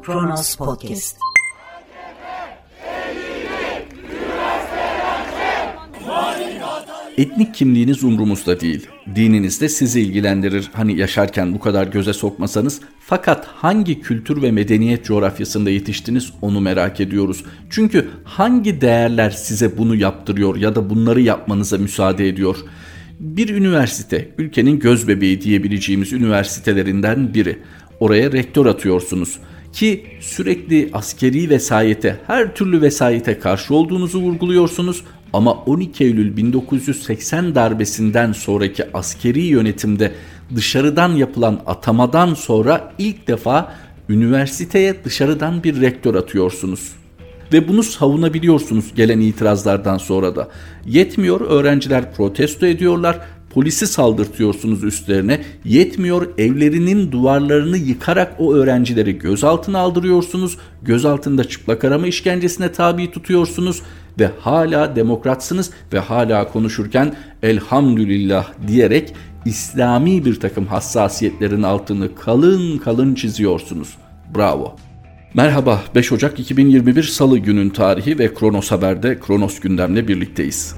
Kronos Podcast. Etnik kimliğiniz umrumuzda değil. Dininiz de sizi ilgilendirir. Hani yaşarken bu kadar göze sokmasanız. Fakat hangi kültür ve medeniyet coğrafyasında yetiştiniz onu merak ediyoruz. Çünkü hangi değerler size bunu yaptırıyor ya da bunları yapmanıza müsaade ediyor? Bir üniversite, ülkenin gözbebeği diyebileceğimiz üniversitelerinden biri. Oraya rektör atıyorsunuz. Ki sürekli askeri vesayete, her türlü vesayete karşı olduğunuzu vurguluyorsunuz. Ama 12 Eylül 1980 darbesinden sonraki askeri yönetimde dışarıdan yapılan atamadan sonra ilk defa üniversiteye dışarıdan bir rektör atıyorsunuz. Ve bunu savunabiliyorsunuz gelen itirazlardan sonra da. Yetmiyor, öğrenciler protesto ediyorlar. Polisi saldırtıyorsunuz üstlerine. Yetmiyor, evlerinin duvarlarını yıkarak o öğrencileri gözaltına aldırıyorsunuz. Gözaltında çıplak arama işkencesine tabi tutuyorsunuz. Ve hala demokratsınız ve hala konuşurken elhamdülillah diyerek İslami bir takım hassasiyetlerin altını kalın kalın çiziyorsunuz. Bravo. Merhaba, 5 Ocak 2021 Salı günün tarihi ve Kronos Haber'de Kronos Gündem'le birlikteyiz.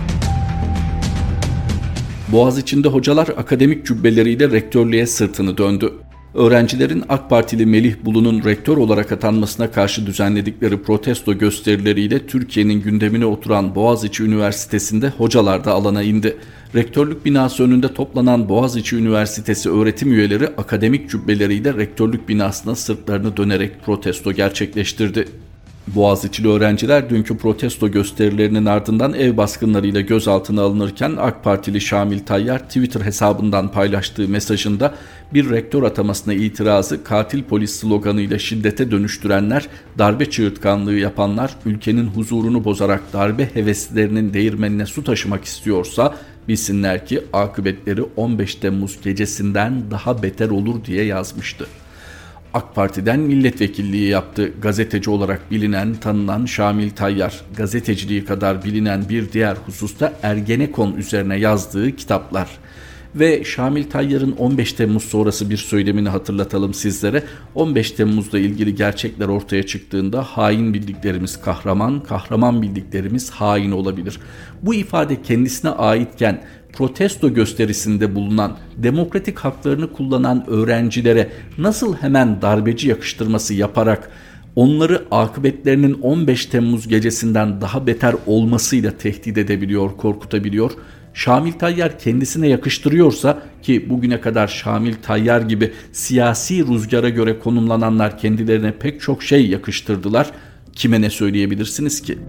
Boğaziçi'nde hocalar akademik cübbeleriyle rektörlüğe sırtını döndü. Öğrencilerin AK Partili Melih Bulu'nun rektör olarak atanmasına karşı düzenledikleri protesto gösterileriyle Türkiye'nin gündemine oturan Boğaziçi Üniversitesi'nde hocalar da alana indi. Rektörlük binası önünde toplanan Boğaziçi Üniversitesi öğretim üyeleri akademik cübbeleriyle rektörlük binasına sırtlarını dönerek protesto gerçekleştirdi. Boğaziçi'li öğrenciler dünkü protesto gösterilerinin ardından ev baskınlarıyla gözaltına alınırken AK Partili Şamil Tayyar Twitter hesabından paylaştığı mesajında bir rektör atamasına itirazı katil polis sloganıyla şiddete dönüştürenler, darbe çığırtkanlığı yapanlar ülkenin huzurunu bozarak darbe heveslerinin değirmenine su taşımak istiyorsa bilsinler ki akıbetleri 15 Temmuz gecesinden daha beter olur diye yazmıştı. AK Parti'den milletvekilliği yaptı. Gazeteci olarak bilinen, tanınan Şamil Tayyar, gazeteciliği kadar bilinen bir diğer hususta Ergenekon üzerine yazdığı kitaplar. Ve Şamil Tayyar'ın 15 Temmuz sonrası bir söylemini hatırlatalım sizlere. 15 Temmuz'la ilgili gerçekler ortaya çıktığında hain bildiklerimiz kahraman, kahraman bildiklerimiz hain olabilir. Bu ifade kendisine aitken protesto gösterisinde bulunan, demokratik haklarını kullanan öğrencilere nasıl hemen darbeci yakıştırması yaparak onları akıbetlerinin 15 Temmuz gecesinden daha beter olmasıyla tehdit edebiliyor, korkutabiliyor. Şamil Tayyar kendisine yakıştırıyorsa ki bugüne kadar Şamil Tayyar gibi siyasi rüzgara göre konumlananlar kendilerine pek çok şey yakıştırdılar. Kime ne söyleyebilirsiniz ki?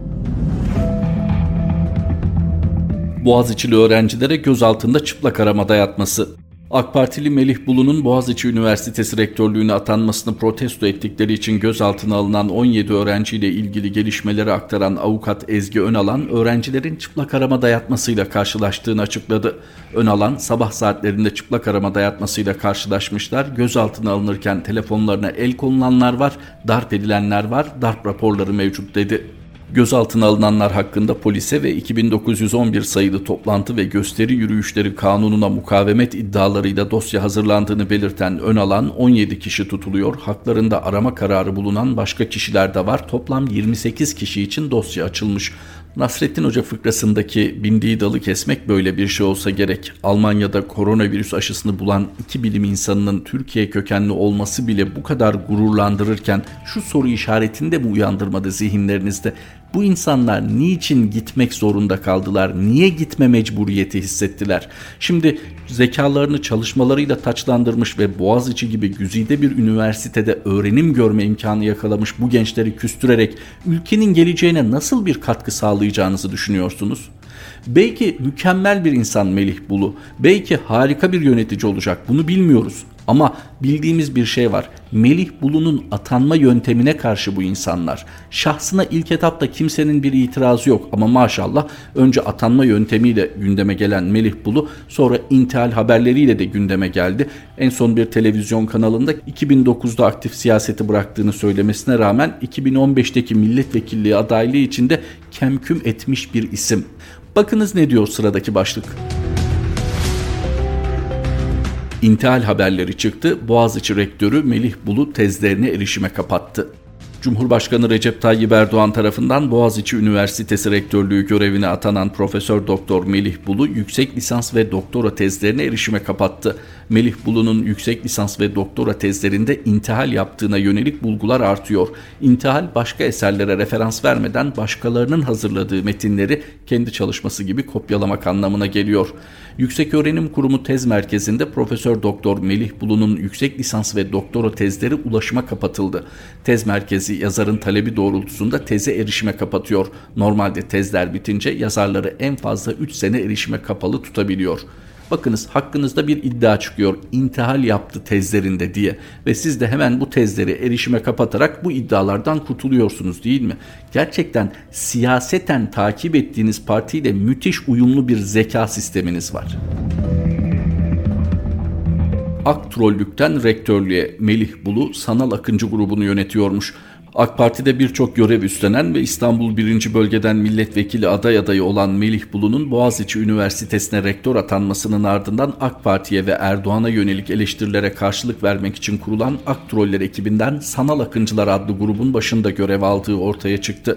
Boğaziçi'li öğrencilere gözaltında çıplak arama dayatması. AK Partili Melih Bulu'nun Boğaziçi Üniversitesi rektörlüğüne atanmasını protesto ettikleri için gözaltına alınan 17 öğrenciyle ilgili gelişmeleri aktaran avukat Ezgi Önalan, öğrencilerin çıplak arama dayatmasıyla karşılaştığını açıkladı. Önalan, sabah saatlerinde çıplak arama dayatmasıyla karşılaşmışlar, gözaltına alınırken telefonlarına el konulanlar var, darp edilenler var, darp raporları mevcut dedi. Gözaltına alınanlar hakkında polise ve 2911 sayılı toplantı ve gösteri yürüyüşleri kanununa mukavemet iddialarıyla dosya hazırlandığını belirten Önalan 17 kişi tutuluyor. Haklarında arama kararı bulunan başka kişiler de var. Toplam 28 kişi için dosya açılmış. Nasrettin Hoca fıkrasındaki bindiği dalı kesmek böyle bir şey olsa gerek. Almanya'da koronavirüs aşısını bulan 2 bilim insanının Türkiye kökenli olması bile bu kadar gururlandırırken şu soru işaretini de mi uyandırmadı zihinlerinizde? Bu insanlar niçin gitmek zorunda kaldılar? Niye gitme mecburiyeti hissettiler? Şimdi zekalarını çalışmalarıyla taçlandırmış ve Boğaziçi gibi güzide bir üniversitede öğrenim görme imkanı yakalamış bu gençleri küstürerek ülkenin geleceğine nasıl bir katkı sağlayacağınızı düşünüyorsunuz? Belki mükemmel bir insan Melih Bulu, belki harika bir yönetici olacak, bunu bilmiyoruz. Ama bildiğimiz bir şey var. Melih Bulu'nun atanma yöntemine karşı bu insanlar. Şahsına ilk etapta kimsenin bir itirazı yok ama maşallah önce atanma yöntemiyle gündeme gelen Melih Bulu sonra intihal haberleriyle de gündeme geldi. En son bir televizyon kanalında 2009'da aktif siyaseti bıraktığını söylemesine rağmen 2015'teki milletvekilliği adaylığı içinde kemküm etmiş bir isim. Bakınız ne diyor sıradaki başlık. İntihal haberleri çıktı. Boğaziçi Rektörü Melih Bulu tezlerine erişime kapattı. Cumhurbaşkanı Recep Tayyip Erdoğan tarafından Boğaziçi Üniversitesi Rektörlüğü görevine atanan Profesör Doktor Melih Bulu yüksek lisans ve doktora tezlerine erişime kapattı. Melih Bulu'nun yüksek lisans ve doktora tezlerinde intihal yaptığına yönelik bulgular artıyor. İntihal başka eserlere referans vermeden başkalarının hazırladığı metinleri kendi çalışması gibi kopyalamak anlamına geliyor. Yükseköğrenim Kurumu Tez Merkezi'nde Profesör Doktor Melih Bulu'nun yüksek lisans ve doktora tezleri ulaşıma kapatıldı. Tez Merkezi yazarın talebi doğrultusunda teze erişime kapatıyor. Normalde tezler bitince yazarları en fazla 3 sene erişime kapalı tutabiliyor. Bakınız, hakkınızda bir iddia çıkıyor, intihal yaptı tezlerinde diye ve siz de hemen bu tezleri erişime kapatarak bu iddialardan kurtuluyorsunuz, değil mi? Gerçekten siyaseten takip ettiğiniz partiyle müthiş uyumlu bir zeka sisteminiz var. Aktrollükten rektörlüğe Melih Bulu Sanal Akıncı grubunu yönetiyormuş. AK Parti'de birçok görev üstlenen ve İstanbul 1. Bölgeden milletvekili adayı olan Melih Bulu'nun Boğaziçi Üniversitesi'ne rektör atanmasının ardından AK Parti'ye ve Erdoğan'a yönelik eleştirilere karşılık vermek için kurulan Aktroller ekibinden Sanal Akıncılar adlı grubun başında görev aldığı ortaya çıktı.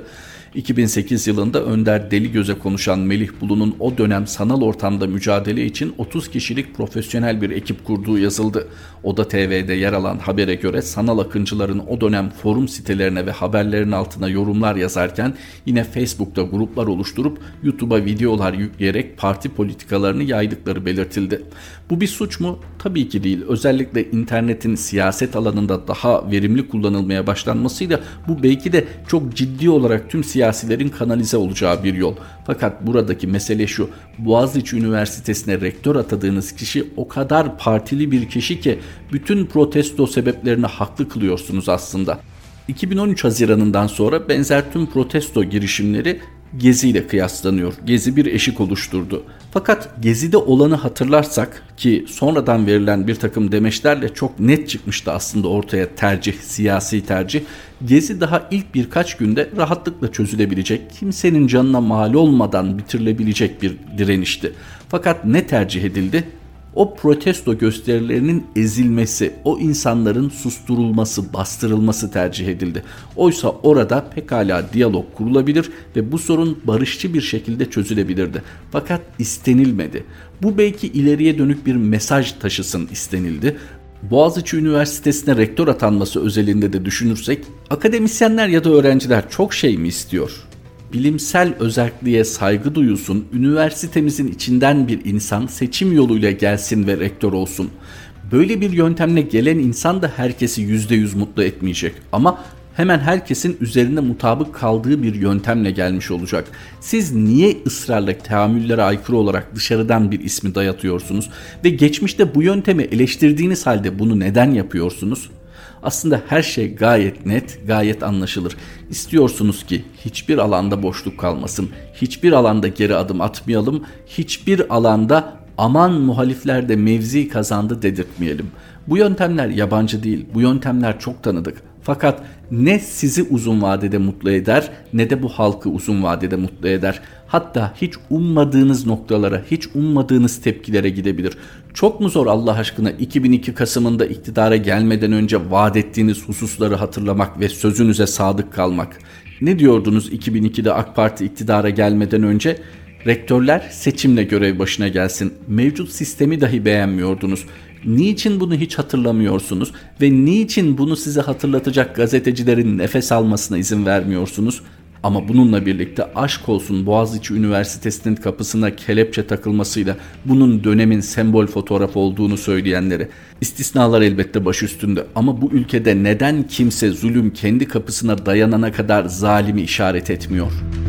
2008 yılında Önder Deligöz'e konuşan Melih Bulu'nun o dönem sanal ortamda mücadele için 30 kişilik profesyonel bir ekip kurduğu yazıldı. Oda TV'de yer alan habere göre sanal akıncıların o dönem forum sitelerine ve haberlerin altına yorumlar yazarken yine Facebook'ta gruplar oluşturup YouTube'a videolar yükleyerek parti politikalarını yaydıkları belirtildi. Bu bir suç mu? Tabii ki değil. Özellikle internetin siyaset alanında daha verimli kullanılmaya başlanmasıyla bu belki de çok ciddi olarak tüm siyasilerin kanalize olacağı bir yol. Fakat buradaki mesele şu: Boğaziçi Üniversitesi'ne rektör atadığınız kişi o kadar partili bir kişi ki bütün protesto sebeplerini haklı kılıyorsunuz aslında. 2013 Haziran'ından sonra benzer tüm protesto girişimleri Gezi ile kıyaslanıyor. Gezi bir eşik oluşturdu. Fakat Gezi'de olanı hatırlarsak, ki sonradan verilen bir takım demeçlerle çok net çıkmıştı aslında ortaya siyasi tercih. Gezi daha ilk birkaç günde rahatlıkla çözülebilecek, kimsenin canına mal olmadan bitirilebilecek bir direnişti. Fakat ne tercih edildi? O protesto gösterilerinin ezilmesi, o insanların susturulması, bastırılması tercih edildi. Oysa orada pekala diyalog kurulabilir ve bu sorun barışçı bir şekilde çözülebilirdi. Fakat istenilmedi. Bu belki ileriye dönük bir mesaj taşısın istenildi. Boğaziçi Üniversitesi'ne rektör atanması özelinde de düşünürsek, akademisyenler ya da öğrenciler çok şey mi istiyor? Bilimsel özelliğe saygı duyulsun, üniversitemizin içinden bir insan seçim yoluyla gelsin ve rektör olsun. Böyle bir yöntemle gelen insan da herkesi %100 mutlu etmeyecek ama hemen herkesin üzerinde mutabık kaldığı bir yöntemle gelmiş olacak. Siz niye ısrarla teamüllere aykırı olarak dışarıdan bir ismi dayatıyorsunuz ve geçmişte bu yöntemi eleştirdiğiniz halde bunu neden yapıyorsunuz? Aslında her şey gayet net, gayet anlaşılır. İstiyorsunuz ki hiçbir alanda boşluk kalmasın, hiçbir alanda geri adım atmayalım, hiçbir alanda aman muhalifler de mevzi kazandı dedirtmeyelim. Bu yöntemler yabancı değil, bu yöntemler çok tanıdık. Fakat ne sizi uzun vadede mutlu eder ne de bu halkı uzun vadede mutlu eder. Hatta hiç ummadığınız noktalara, hiç ummadığınız tepkilere gidebilir. Çok mu zor Allah aşkına 2002 Kasım'ında iktidara gelmeden önce vaat ettiğiniz hususları hatırlamak ve sözünüze sadık kalmak? Ne diyordunuz 2002'de AK Parti iktidara gelmeden önce? Rektörler seçimle görev başına gelsin. Mevcut sistemi dahi beğenmiyordunuz. Niçin bunu hiç hatırlamıyorsunuz ve niçin bunu size hatırlatacak gazetecilerin nefes almasına izin vermiyorsunuz? Ama bununla birlikte aşk olsun Boğaziçi Üniversitesi'nin kapısına kelepçe takılmasıyla bunun dönemin sembol fotoğrafı olduğunu söyleyenleri. İstisnalar elbette baş üstünde ama bu ülkede neden kimse zulüm kendi kapısına dayanana kadar zalimi işaret etmiyor?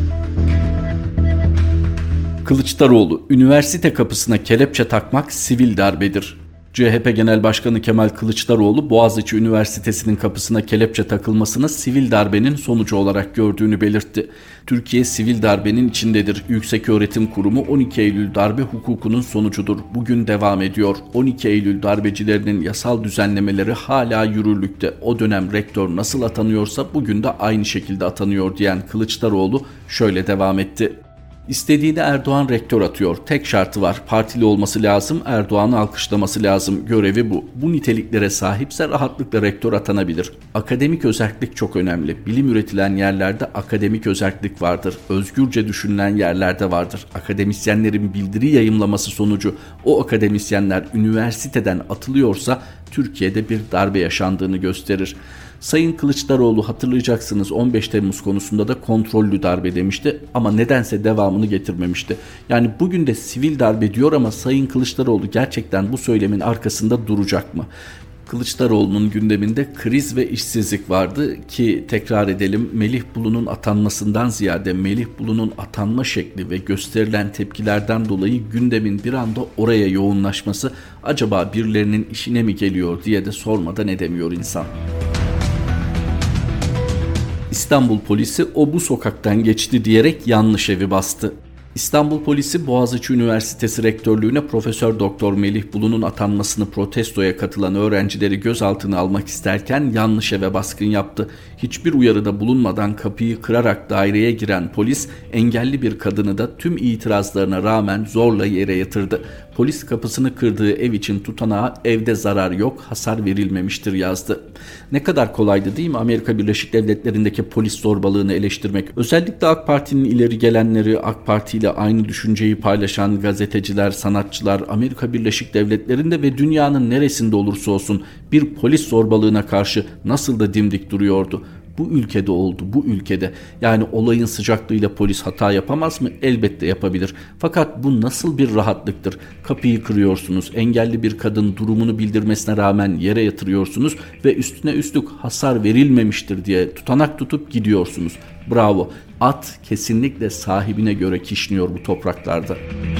Kılıçdaroğlu, üniversite kapısına kelepçe takmak sivil darbedir. CHP Genel Başkanı Kemal Kılıçdaroğlu, Boğaziçi Üniversitesi'nin kapısına kelepçe takılmasını sivil darbenin sonucu olarak gördüğünü belirtti. Türkiye sivil darbenin içindedir. Yükseköğretim Kurumu 12 Eylül darbe hukukunun sonucudur. Bugün devam ediyor. 12 Eylül darbecilerinin yasal düzenlemeleri hala yürürlükte. O dönem rektör nasıl atanıyorsa bugün de aynı şekilde atanıyor diyen Kılıçdaroğlu şöyle devam etti. İstediğini Erdoğan rektör atıyor. Tek şartı var. Partili olması lazım, Erdoğan'ı alkışlaması lazım. Görevi bu. Bu niteliklere sahipse rahatlıkla rektör atanabilir. Akademik özerklik çok önemli. Bilim üretilen yerlerde akademik özerklik vardır. Özgürce düşünülen yerlerde vardır. Akademisyenlerin bildiri yayımlaması sonucu o akademisyenler üniversiteden atılıyorsa Türkiye'de bir darbe yaşandığını gösterir. Sayın Kılıçdaroğlu hatırlayacaksınız 15 Temmuz konusunda da kontrollü darbe demişti ama nedense devamını getirmemişti. Yani bugün de sivil darbe diyor ama Sayın Kılıçdaroğlu gerçekten bu söylemin arkasında duracak mı? Kılıçdaroğlu'nun gündeminde kriz ve işsizlik vardı ki tekrar edelim, Melih Bulu'nun atanmasından ziyade Melih Bulu'nun atanma şekli ve gösterilen tepkilerden dolayı gündemin bir anda oraya yoğunlaşması acaba birilerinin işine mi geliyor diye de sormadan edemiyor insan. İstanbul polisi o bu sokaktan geçti diyerek yanlış evi bastı. İstanbul polisi Boğaziçi Üniversitesi Rektörlüğüne Profesör Doktor Melih Bulu'nun atanmasını protestoya katılan öğrencileri gözaltına almak isterken yanlış eve baskın yaptı. Hiçbir uyarıda bulunmadan kapıyı kırarak daireye giren polis engelli bir kadını da tüm itirazlarına rağmen zorla yere yatırdı. Polis kapısını kırdığı ev için tutanağa evde zarar yok, hasar verilmemiştir yazdı. Ne kadar kolaydı değil mi Amerika Birleşik Devletleri'ndeki polis zorbalığını eleştirmek? Özellikle AK Parti'nin ileri gelenleri, AK Parti ile aynı düşünceyi paylaşan gazeteciler, sanatçılar Amerika Birleşik Devletleri'nde ve dünyanın neresinde olursa olsun bir polis zorbalığına karşı nasıl da dimdik duruyordu. Bu ülkede oldu, bu ülkede. Yani olayın sıcaklığıyla polis hata yapamaz mı? Elbette yapabilir. Fakat bu nasıl bir rahatlıktır? Kapıyı kırıyorsunuz, engelli bir kadın durumunu bildirmesine rağmen yere yatırıyorsunuz ve üstüne üstlük hasar verilmemiştir diye tutanak tutup gidiyorsunuz. Bravo. At kesinlikle sahibine göre kişniyor bu topraklarda.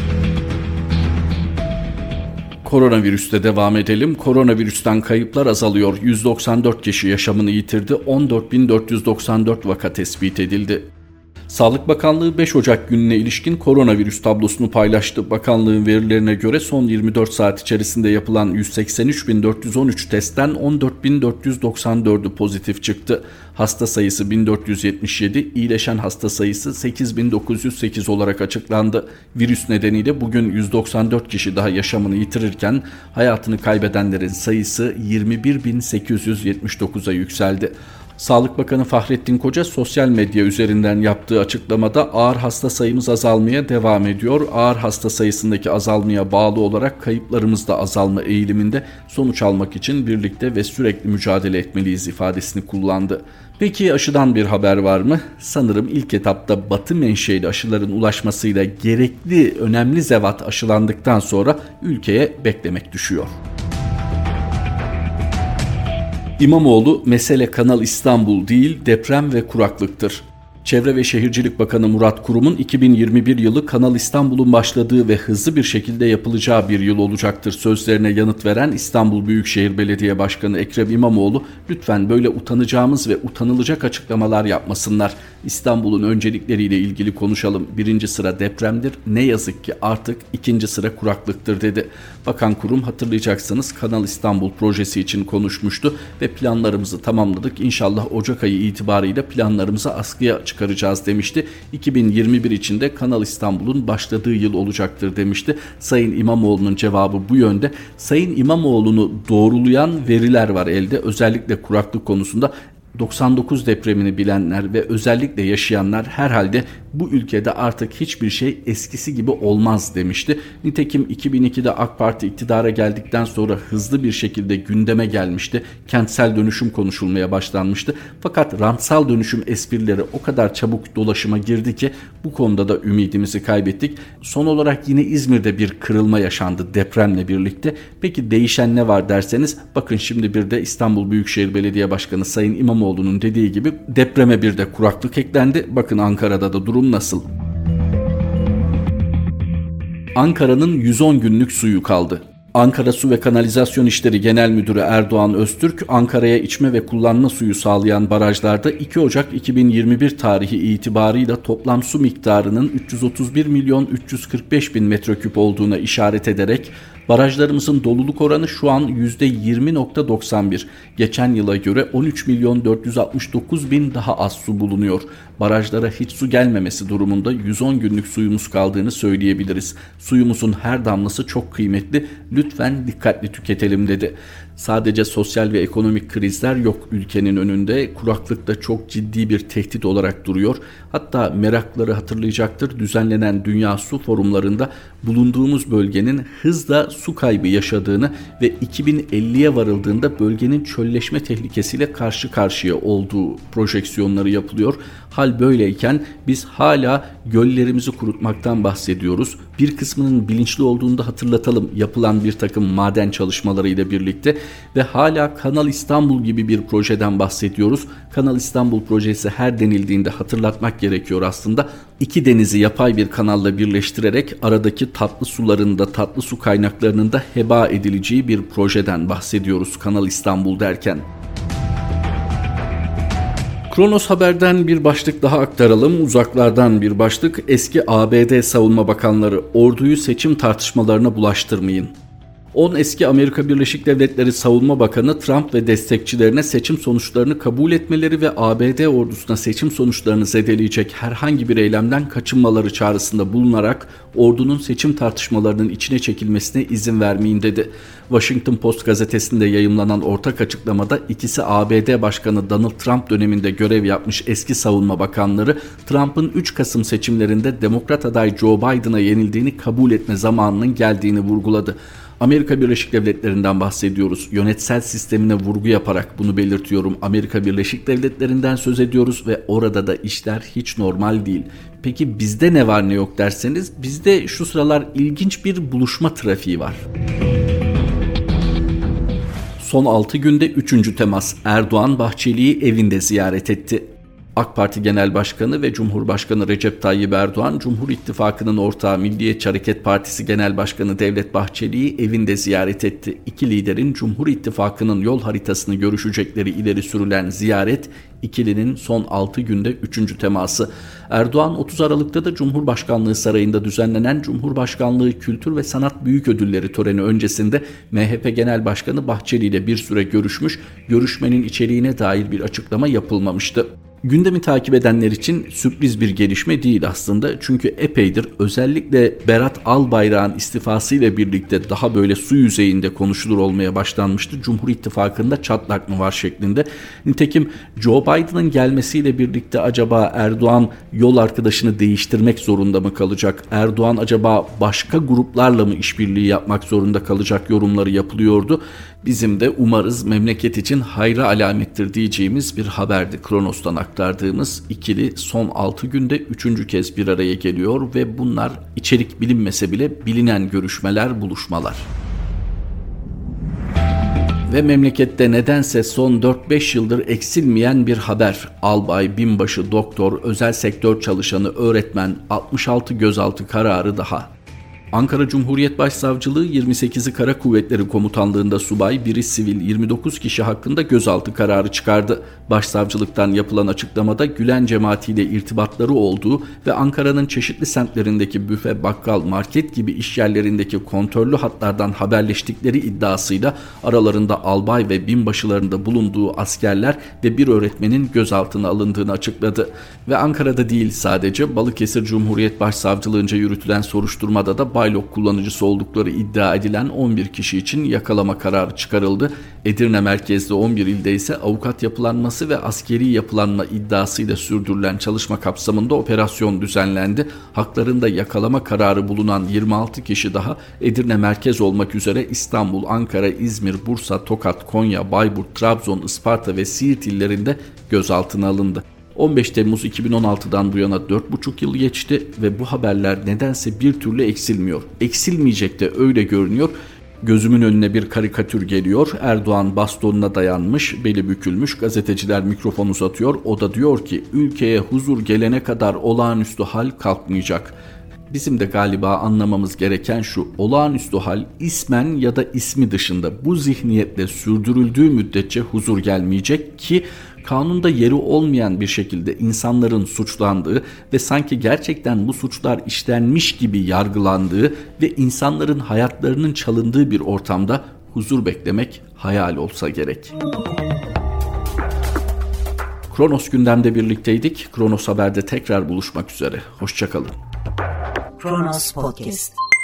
Koronavirüste devam edelim. Koronavirüsten kayıplar azalıyor. 194 kişi yaşamını yitirdi. 14.494 vaka tespit edildi. Sağlık Bakanlığı 5 Ocak gününe ilişkin koronavirüs tablosunu paylaştı. Bakanlığın verilerine göre son 24 saat içerisinde yapılan 183.413 testten 14.494'ü pozitif çıktı. Hasta sayısı 1477, iyileşen hasta sayısı 8.908 olarak açıklandı. Virüs nedeniyle bugün 194 kişi daha yaşamını yitirirken hayatını kaybedenlerin sayısı 21.879'a yükseldi. Sağlık Bakanı Fahrettin Koca sosyal medya üzerinden yaptığı açıklamada ağır hasta sayımız azalmaya devam ediyor. Ağır hasta sayısındaki azalmaya bağlı olarak kayıplarımız da azalma eğiliminde, sonuç almak için birlikte ve sürekli mücadele etmeliyiz ifadesini kullandı. Peki aşıdan bir haber var mı? Sanırım ilk etapta Batı menşeli aşıların ulaşmasıyla gerekli önemli zevat aşılandıktan sonra ülkeye beklemek düşüyor. İmamoğlu, mesele Kanal İstanbul değil deprem ve kuraklıktır. Çevre ve Şehircilik Bakanı Murat Kurum'un 2021 yılı Kanal İstanbul'un başladığı ve hızlı bir şekilde yapılacağı bir yıl olacaktır sözlerine yanıt veren İstanbul Büyükşehir Belediye Başkanı Ekrem İmamoğlu, lütfen böyle utanacağımız ve utanılacak açıklamalar yapmasınlar. İstanbul'un öncelikleriyle ilgili konuşalım. 1. sıra depremdir, ne yazık ki artık 2. sıra kuraklıktır dedi. Bakan Kurum, hatırlayacaksınız, Kanal İstanbul projesi için konuşmuştu ve planlarımızı tamamladık. İnşallah Ocak ayı itibariyle planlarımızı askıya çıkaracağız demişti. 2021 içinde Kanal İstanbul'un başladığı yıl olacaktır demişti. Sayın İmamoğlu'nun cevabı bu yönde. Sayın İmamoğlu'nu doğrulayan veriler var elde. Özellikle kuraklık konusunda 99 depremini bilenler ve özellikle yaşayanlar herhalde bu ülkede artık hiçbir şey eskisi gibi olmaz demişti. Nitekim 2002'de AK Parti iktidara geldikten sonra hızlı bir şekilde gündeme gelmişti. Kentsel dönüşüm konuşulmaya başlanmıştı. Fakat rantsal dönüşüm esprileri o kadar çabuk dolaşıma girdi ki bu konuda da ümidimizi kaybettik. Son olarak yine İzmir'de bir kırılma yaşandı depremle birlikte. Peki değişen ne var derseniz, bakın şimdi bir de İstanbul Büyükşehir Belediye Başkanı Sayın İmamoğlu'nun dediği gibi depreme bir de kuraklık eklendi. Bakın Ankara'da da durum nasıl? Ankara'nın 110 günlük suyu kaldı. Ankara Su ve Kanalizasyon İşleri Genel Müdürü Erdoğan Öztürk, Ankara'ya içme ve kullanma suyu sağlayan barajlarda 2 Ocak 2021 tarihi itibarıyla toplam su miktarının 331 milyon 345 bin metreküp olduğuna işaret ederek Barajlarımızın doluluk oranı şu an %20.91. Geçen yıla göre 13.469.000 daha az su bulunuyor. Barajlara hiç su gelmemesi durumunda 110 günlük suyumuz kaldığını söyleyebiliriz. Suyumuzun her damlası çok kıymetli. Lütfen dikkatli tüketelim dedi. Sadece sosyal ve ekonomik krizler yok ülkenin önünde. Kuraklık da çok ciddi bir tehdit olarak duruyor. Hatta merakları hatırlayacaktır. Düzenlenen Dünya Su Forumlarında bulunduğumuz bölgenin hızla su kaybı yaşadığını ve 2050'ye varıldığında bölgenin çölleşme tehlikesiyle karşı karşıya olduğu projeksiyonları yapılıyor. Hal böyleyken biz hala göllerimizi kurutmaktan bahsediyoruz. Bir kısmının bilinçli olduğunu da hatırlatalım, yapılan bir takım maden çalışmalarıyla birlikte ve hala Kanal İstanbul gibi bir projeden bahsediyoruz. Kanal İstanbul projesi her denildiğinde hatırlatmak gerekiyor aslında. İki denizi yapay bir kanalla birleştirerek aradaki tatlı suların da tatlı su kaynaklarının da heba edileceği bir projeden bahsediyoruz Kanal İstanbul derken. Kronos Haber'den bir başlık daha aktaralım. Uzaklardan bir başlık. Eski ABD Savunma Bakanları, orduyu seçim tartışmalarına bulaştırmayın. 10 eski Amerika Birleşik Devletleri Savunma Bakanı Trump ve destekçilerine seçim sonuçlarını kabul etmeleri ve ABD ordusuna seçim sonuçlarını zedeleyecek herhangi bir eylemden kaçınmaları çağrısında bulunarak ordunun seçim tartışmalarının içine çekilmesine izin vermeyin dedi. Washington Post gazetesinde yayımlanan ortak açıklamada ikisi ABD Başkanı Donald Trump döneminde görev yapmış eski savunma bakanları Trump'ın 3 Kasım seçimlerinde Demokrat aday Joe Biden'a yenildiğini kabul etme zamanının geldiğini vurguladı. Amerika Birleşik Devletleri'nden bahsediyoruz. Yönetsel sistemine vurgu yaparak bunu belirtiyorum. Amerika Birleşik Devletleri'nden söz ediyoruz ve orada da işler hiç normal değil. Peki bizde ne var ne yok derseniz, bizde şu sıralar ilginç bir buluşma trafiği var. Son 6 günde 3. temas. Erdoğan Bahçeli'yi evinde ziyaret etti. AK Parti Genel Başkanı ve Cumhurbaşkanı Recep Tayyip Erdoğan, Cumhur İttifakı'nın ortağı Milliyetçi Hareket Partisi Genel Başkanı Devlet Bahçeli'yi evinde ziyaret etti. İki liderin Cumhur İttifakı'nın yol haritasını görüşecekleri ileri sürülen ziyaret, ikilinin son 6 günde 3. teması. Erdoğan 30 Aralık'ta da Cumhurbaşkanlığı Sarayı'nda düzenlenen Cumhurbaşkanlığı Kültür ve Sanat Büyük Ödülleri töreni öncesinde MHP Genel Başkanı Bahçeli ile bir süre görüşmüş, görüşmenin içeriğine dair bir açıklama yapılmamıştı. Gündemi takip edenler için sürpriz bir gelişme değil aslında. Çünkü epeydir özellikle Berat Albayrak'ın istifasıyla birlikte daha böyle su yüzeyinde konuşulur olmaya başlanmıştı. Cumhur İttifakı'nda çatlak mı var şeklinde. Nitekim Joe Biden'ın gelmesiyle birlikte acaba Erdoğan yol arkadaşını değiştirmek zorunda mı kalacak? Erdoğan acaba başka gruplarla mı işbirliği yapmak zorunda kalacak yorumları yapılıyordu. Bizim de umarız memleket için hayra alamettir diyeceğimiz bir haberdi. Kronos'tan aktardığımız ikili son 6 günde 3. kez bir araya geliyor ve bunlar içerik bilinmese bile bilinen görüşmeler, buluşmalar. Ve memlekette nedense son 4-5 yıldır eksilmeyen bir haber. Albay, binbaşı, doktor, özel sektör çalışanı, öğretmen, 66 gözaltı kararı daha. Ankara Cumhuriyet Başsavcılığı 28'i Kara Kuvvetleri Komutanlığı'nda subay, biri sivil 29 kişi hakkında gözaltı kararı çıkardı. Başsavcılıktan yapılan açıklamada Gülen cemaatiyle irtibatları olduğu ve Ankara'nın çeşitli semtlerindeki büfe, bakkal, market gibi işyerlerindeki kontörlü hatlardan haberleştikleri iddiasıyla aralarında albay ve binbaşılarında bulunduğu askerler ve bir öğretmenin gözaltına alındığını açıkladı. Ve Ankara'da değil sadece, Balıkesir Cumhuriyet Başsavcılığınca yürütülen soruşturmada da Baylok kullanıcısı oldukları iddia edilen 11 kişi için yakalama kararı çıkarıldı. Edirne merkezli 11 ilde ise avukat yapılanması ve askeri yapılanma iddiasıyla sürdürülen çalışma kapsamında operasyon düzenlendi. Haklarında yakalama kararı bulunan 26 kişi daha Edirne merkez olmak üzere İstanbul, Ankara, İzmir, Bursa, Tokat, Konya, Bayburt, Trabzon, Isparta ve Siirt illerinde gözaltına alındı. 15 Temmuz 2016'dan bu yana 4,5 yıl geçti ve bu haberler nedense bir türlü eksilmiyor. Eksilmeyecek de öyle görünüyor. Gözümün önüne bir karikatür geliyor. Erdoğan bastonuna dayanmış, beli bükülmüş, gazeteciler mikrofon uzatıyor. O da diyor ki ülkeye huzur gelene kadar olağanüstü hal kalkmayacak. Bizim de galiba anlamamız gereken şu: olağanüstü hal ismen ya da ismi dışında bu zihniyetle sürdürüldüğü müddetçe huzur gelmeyecek ki kanunda yeri olmayan bir şekilde insanların suçlandığı ve sanki gerçekten bu suçlar işlenmiş gibi yargılandığı ve insanların hayatlarının çalındığı bir ortamda huzur beklemek hayal olsa gerek. Kronos gündemde birlikteydik. Kronos Haber'de tekrar buluşmak üzere. Hoşça kalın. Kronos Podcast.